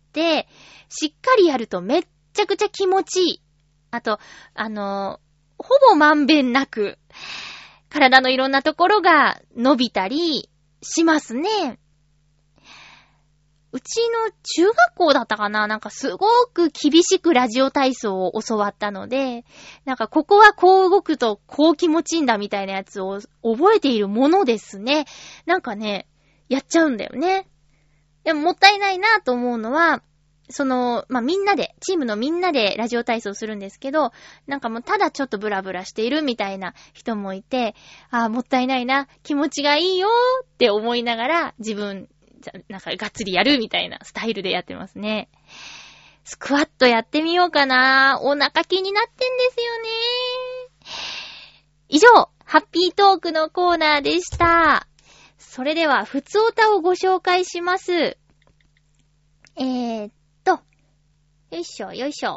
しっかりやるとめっちゃくちゃ気持ちいい。あと、ほぼまんべんなく、体のいろんなところが伸びたりしますね。うちの中学校だったかな？なんかすごく厳しくラジオ体操を教わったので、なんかここはこう動くとこう気持ちいいんだみたいなやつを覚えているものですね。なんかね、やっちゃうんだよね。でももったいないなと思うのは、みんなで、チームのみんなでラジオ体操するんですけど、なんかもうただちょっとブラブラしているみたいな人もいて、もったいないな、気持ちがいいよって思いながら自分、なんかがっつりやるみたいなスタイルでやってますね。スクワットやってみようかな。お腹気になってんですよね。以上、ハッピートークのコーナーでした。それでは、ふつおたをご紹介します。よいしょ。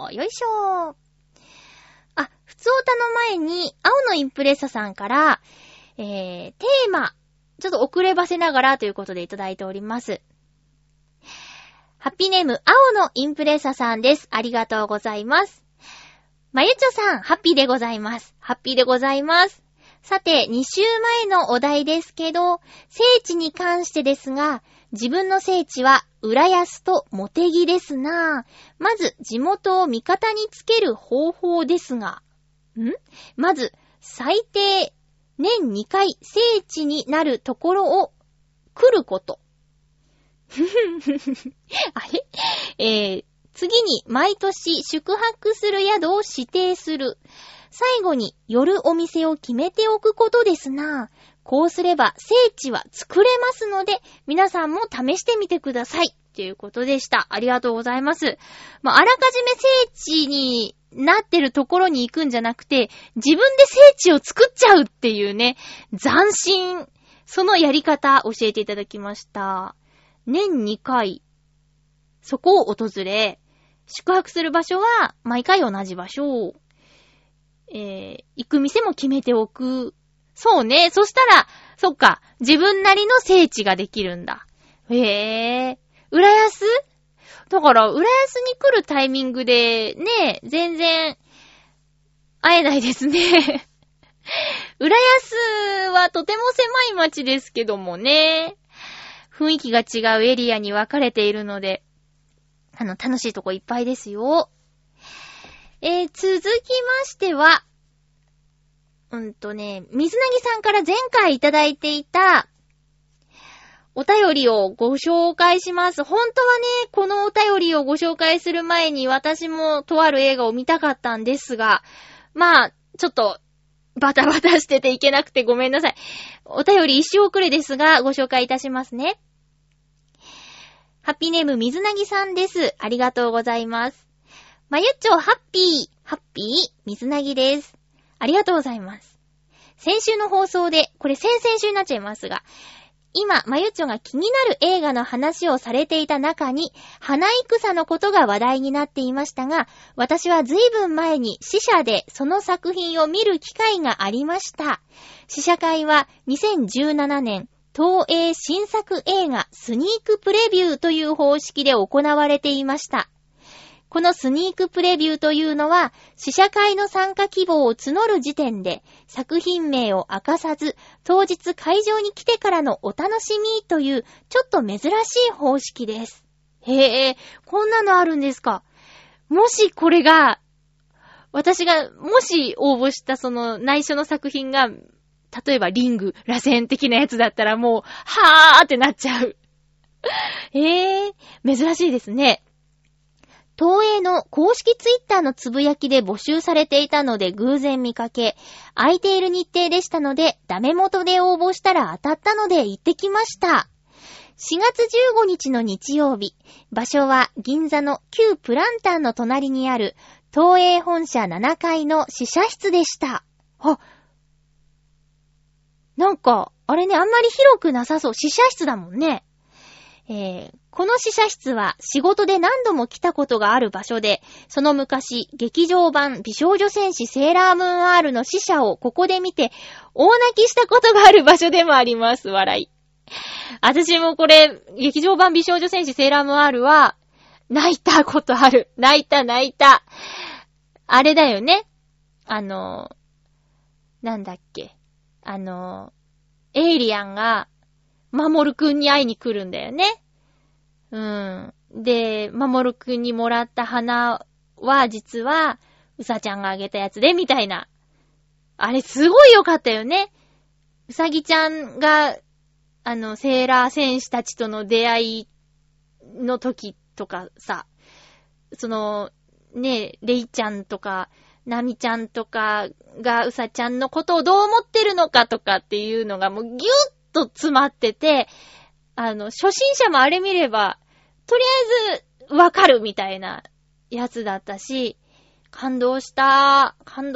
ふつおたの前に、青のインプレッサさんから、テーマ、ちょっと遅ればせながらということでいただいております。ハッピーネーム、青のインプレッサさんです。ありがとうございます。まゆちょさん、ハッピーでございます。さて、2週前のお題ですけど、聖地に関してですが、自分の聖地は浦安と茂木ですな。まず地元を味方につける方法ですが、まず最低年2回聖地になるところを来ること。次に毎年宿泊する宿を指定する。最後に夜お店を決めておくことですな。こうすれば聖地は作れますので、皆さんも試してみてください。ということでした。ありがとうございます。あらかじめ聖地になってるところに行くんじゃなくて、自分で聖地を作っちゃうっていうね、斬新。そのやり方教えていただきました。年2回、そこを訪れ、宿泊する場所は毎回同じ場所。行く店も決めておく。そうね。そしたら、そっか。自分なりの聖地ができるんだ。浦安？だから、浦安に来るタイミングで、ね、全然、会えないですね。浦安はとても狭い町ですけどもね。雰囲気が違うエリアに分かれているので、楽しいとこいっぱいですよ。続きましては、水なぎさんから前回いただいていたお便りをご紹介します。本当はね、このお便りをご紹介する前に私もとある映画を見たかったんですが、ちょっとバタバタしてていけなくてごめんなさい。お便り一周遅れですがご紹介いたしますね。ハッピーネーム水なぎさんです。ありがとうございます。まゆっちょハッピー水なぎです。ありがとうございます。先週の放送で、これ先々週になっちゃいますが、今、まゆっちょが気になる映画の話をされていた中に、花戦のことが話題になっていましたが、私は随分前に試写でその作品を見る機会がありました。試写会は2017年、東映新作映画スニークプレビューという方式で行われていました。このスニークプレビューというのは、試写会の参加希望を募る時点で、作品名を明かさず、当日会場に来てからのお楽しみという、ちょっと珍しい方式です。へえ、こんなのあるんですか。 もしこれが、私がもし応募したその内緒の作品が、例えばリング、螺旋的なやつだったらもう、はーってなっちゃう。珍しいですね。東映の公式ツイッターのつぶやきで募集されていたので偶然見かけ、空いている日程でしたので、ダメ元で応募したら当たったので行ってきました。4月15日の日曜日、場所は銀座の旧プランタンの隣にある東映本社7階の試写室でした。なんか、あれね、あんまり広くなさそう。試写室だもんね。この試写室は仕事で何度も来たことがある場所で、その昔、劇場版美少女戦士セーラームーン R の試写をここで見て、大泣きしたことがある場所でもあります。笑い。私もこれ、劇場版美少女戦士セーラームーン R は、泣いたことある。泣いた。あれだよね。なんだっけ。エイリアンが、マモルくんに会いに来るんだよね。で、マモルくんにもらった花は、実は、うさちゃんがあげたやつで、みたいな。あれ、すごい良かったよね。うさぎちゃんが、セーラー戦士たちとの出会いの時とかさ、レイちゃんとか、ナミちゃんとかがうさちゃんのことをどう思ってるのかとかっていうのがもうギュッと詰まってて、初心者もあれ見れば、とりあえずわかるみたいなやつだったし、感動した。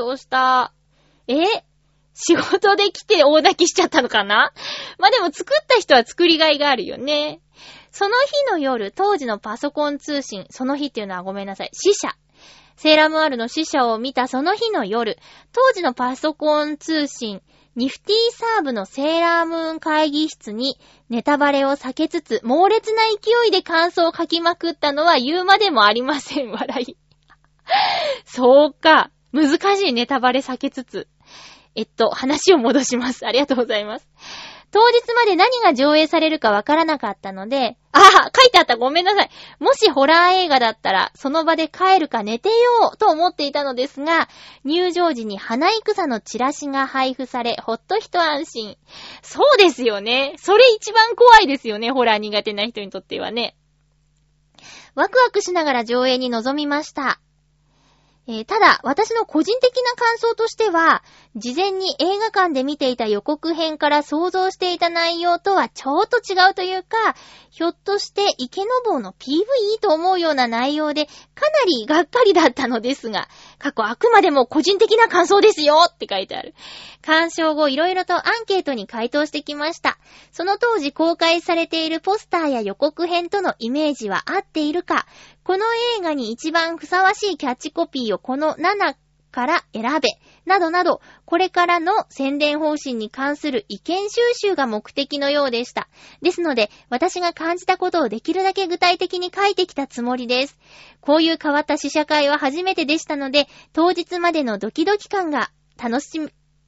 仕事で来て大泣きしちゃったのかな？まあ、でも作った人は作りがいがあるよね。その日の夜、当時のパソコン通信、その日っていうのはごめんなさい、試写。セーラームーン R の試写を見たその日の夜、当時のパソコン通信、ニフティサーブのセーラームーン会議室にネタバレを避けつつ、猛烈な勢いで感想を書きまくったのは言うまでもありません。笑い。そうか。難しいネタバレ避けつつ。話を戻します。ありがとうございます。当日まで何が上映されるかわからなかったので、書いてあった。ごめんなさい。もしホラー映画だったら、その場で帰るか寝てようと思っていたのですが、入場時に花戦のチラシが配布され、ほっと一安心。そうですよね。それ一番怖いですよね。ホラー苦手な人にとってはね。ワクワクしながら上映に臨みました。ただ、私の個人的な感想としては、事前に映画館で見ていた予告編から想像していた内容とはちょっと違うというか、ひょっとして池坊の PV と思うような内容で、かなりがっかりだったのですが、あくまでも個人的な感想ですよって書いてある。鑑賞後いろいろとアンケートに回答してきました。その当時公開されているポスターや予告編とのイメージは合っているか、この映画に一番ふさわしいキャッチコピーをこの7から選べ、などなど、これからの宣伝方針に関する意見収集が目的のようでした。ですので、私が感じたことをできるだけ具体的に書いてきたつもりです。こういう変わった試写会は初めてでしたので、当日までのドキドキ感が楽し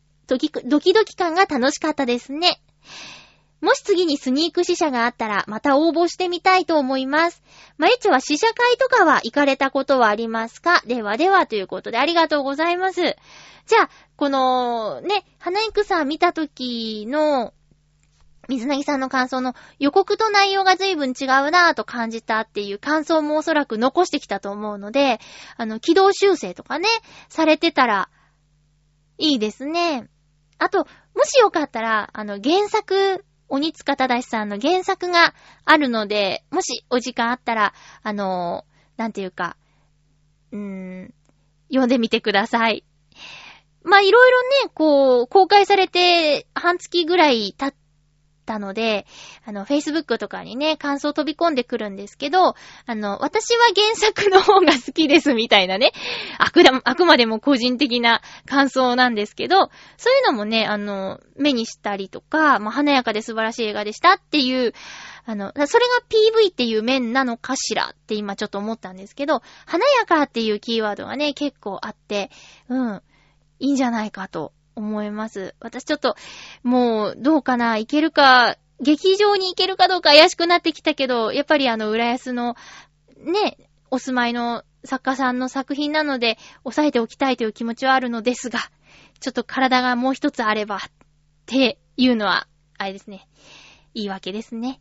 かったですね。もし次にスニーク試写があったら、また応募してみたいと思います。まゆちょは試写会とかは行かれたことはありますか？ではではということでありがとうございます。じゃあ、このね、花育さん見た時の、水なぎさんの感想の予告と内容が随分違うなぁと感じたっていう感想もおそらく残してきたと思うので、軌道修正とかね、されてたらいいですね。あと、もしよかったら、原作、鬼塚正さんの原作があるので、もしお時間あったら、なんていうか、読んでみてください。まあ、いろいろね、公開されて半月ぐらい経ったので、Facebook とかにね、感想飛び込んでくるんですけど、私は原作の方が好きですみたいなね、あくまでも個人的な感想なんですけど、そういうのもね、目にしたりとか、まあ、華やかで素晴らしい映画でしたっていう、それが PV っていう面なのかしらって今ちょっと思ったんですけど、華やかっていうキーワードがね、結構あって、いいんじゃないかと思います。私ちょっと、もう、どうかな、行けるか、劇場に行けるかどうか怪しくなってきたけど、やっぱり浦安の、ね、お住まいの作家さんの作品なので、抑えておきたいという気持ちはあるのですが、ちょっと体がもう一つあれば、っていうのは、あれですね。いいわけですね。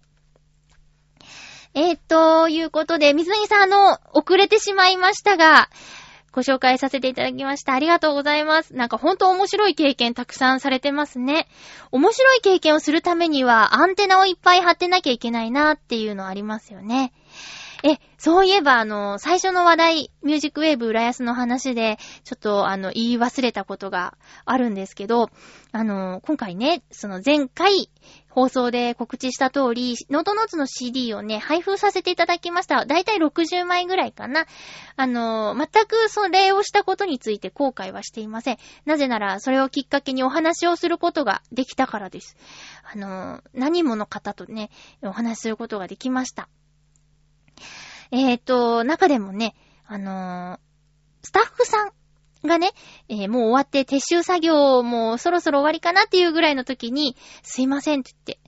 いうことで、水木さん遅れてしまいましたが、ご紹介させていただきました。ありがとうございます。なんかほんと面白い経験たくさんされてますね。面白い経験をするためにはアンテナをいっぱい張ってなきゃいけないなっていうのありますよね。そういえば最初の話題、ミュージックウェーブ浦安の話で、ちょっと言い忘れたことがあるんですけど、今回ね、その前回放送で告知した通り、ノートノーツの CD をね、配布させていただきました。だいたい60枚ぐらいかな。全くそれをしたことについて後悔はしていません。なぜなら、それをきっかけにお話をすることができたからです。何人もの方とね、お話しすることができました。中でもね、スタッフさんがね、もう終わって撤収作業もそろそろ終わりかなっていうぐらいの時に、すいませんって言って。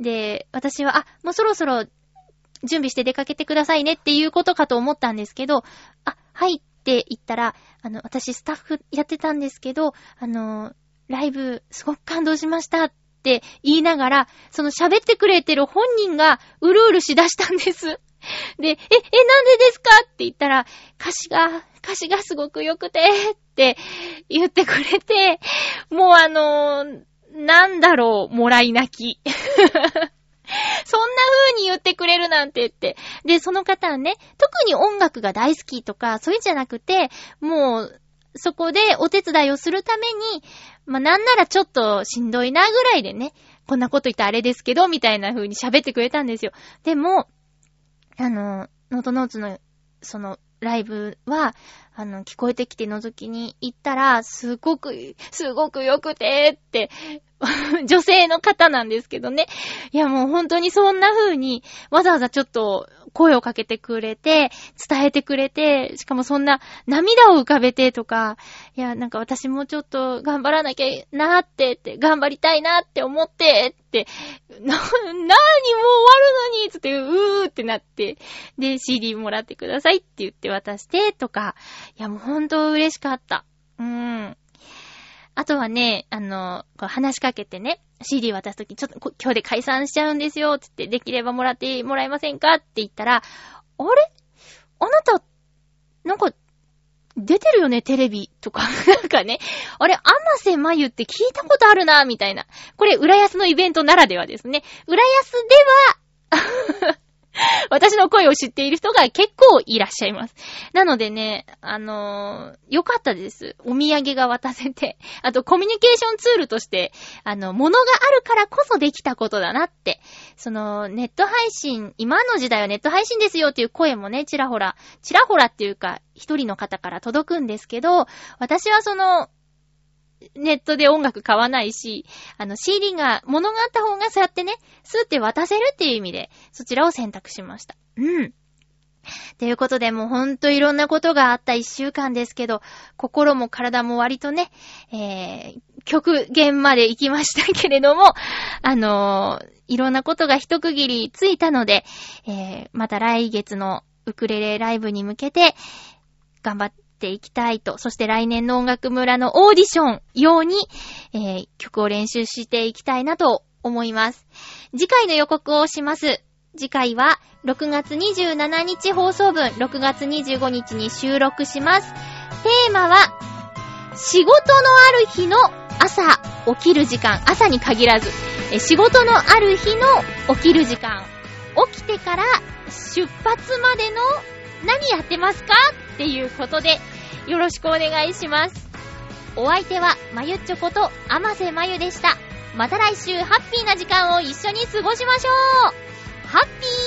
で、私は、もうそろそろ準備して出かけてくださいねっていうことかと思ったんですけど、はいって言ったら、私スタッフやってたんですけど、ライブすごく感動しましたって言いながら、その喋ってくれてる本人がうるうるしだしたんです。で、なんでですかって言ったら、歌詞がすごく良くて、って言ってくれて、もうなんだろう、もらい泣き。そんな風に言ってくれるなんて言って。で、その方はね、特に音楽が大好きとか、そういうんじゃなくて、もう、そこでお手伝いをするために、なんならちょっとしんどいなぐらいでね、こんなこと言ったらあれですけど、みたいな風に喋ってくれたんですよ。でも、ノートノーツの、その、ライブは、聞こえてきて覗きに行ったら、すごく良くて、って、女性の方なんですけどね。いやもう本当にそんな風に、わざわざちょっと声をかけてくれて、伝えてくれて、しかもそんな涙を浮かべてとか、いやなんか私もちょっと頑張らなきゃなーって、頑張りたいなって思って、って、もう終わるのにつって、ってなって、で、CD もらってくださいって言って渡して、とか、いやもう本当嬉しかった。あとはね、話しかけてね、CD 渡すとき、ちょっと今日で解散しちゃうんですよ、つって、できればもらってもらえませんかって言ったら、あれあなた、なんか、出てるよね、テレビとか。なんかね、あれ、天瀬まゆって聞いたことあるな、みたいな。これ、浦安のイベントならではですね。浦安では、私の声を知っている人が結構いらっしゃいます。なのでね、よかったです。お土産が渡せて。あと、コミュニケーションツールとして、物があるからこそできたことだなって。その、ネット配信、今の時代はネット配信ですよっていう声もね、ちらほらっていうか、一人の方から届くんですけど、私はその、ネットで音楽買わないし、CD が、物があった方がそうやってね、スーって渡せるっていう意味で、そちらを選択しました。ということで、もうほんといろんなことがあった一週間ですけど、心も体も割とね、極限まで行きましたけれども、いろんなことが一区切りついたので、また来月のウクレレライブに向けて、頑張っていきたいと、そして来年の音楽村のオーディション用に、曲を練習していきたいなと思います。次回の予告をします。次回は6月27日放送分、6月25日に収録します。テーマは、仕事のある日の朝起きる時間、朝に限らず、仕事のある日の起きる時間、起きてから出発までの何やってますかっていうことでよろしくお願いします。お相手はまゆっちょこと天瀬まゆでした。また来週ハッピーな時間を一緒に過ごしましょう。ハッピー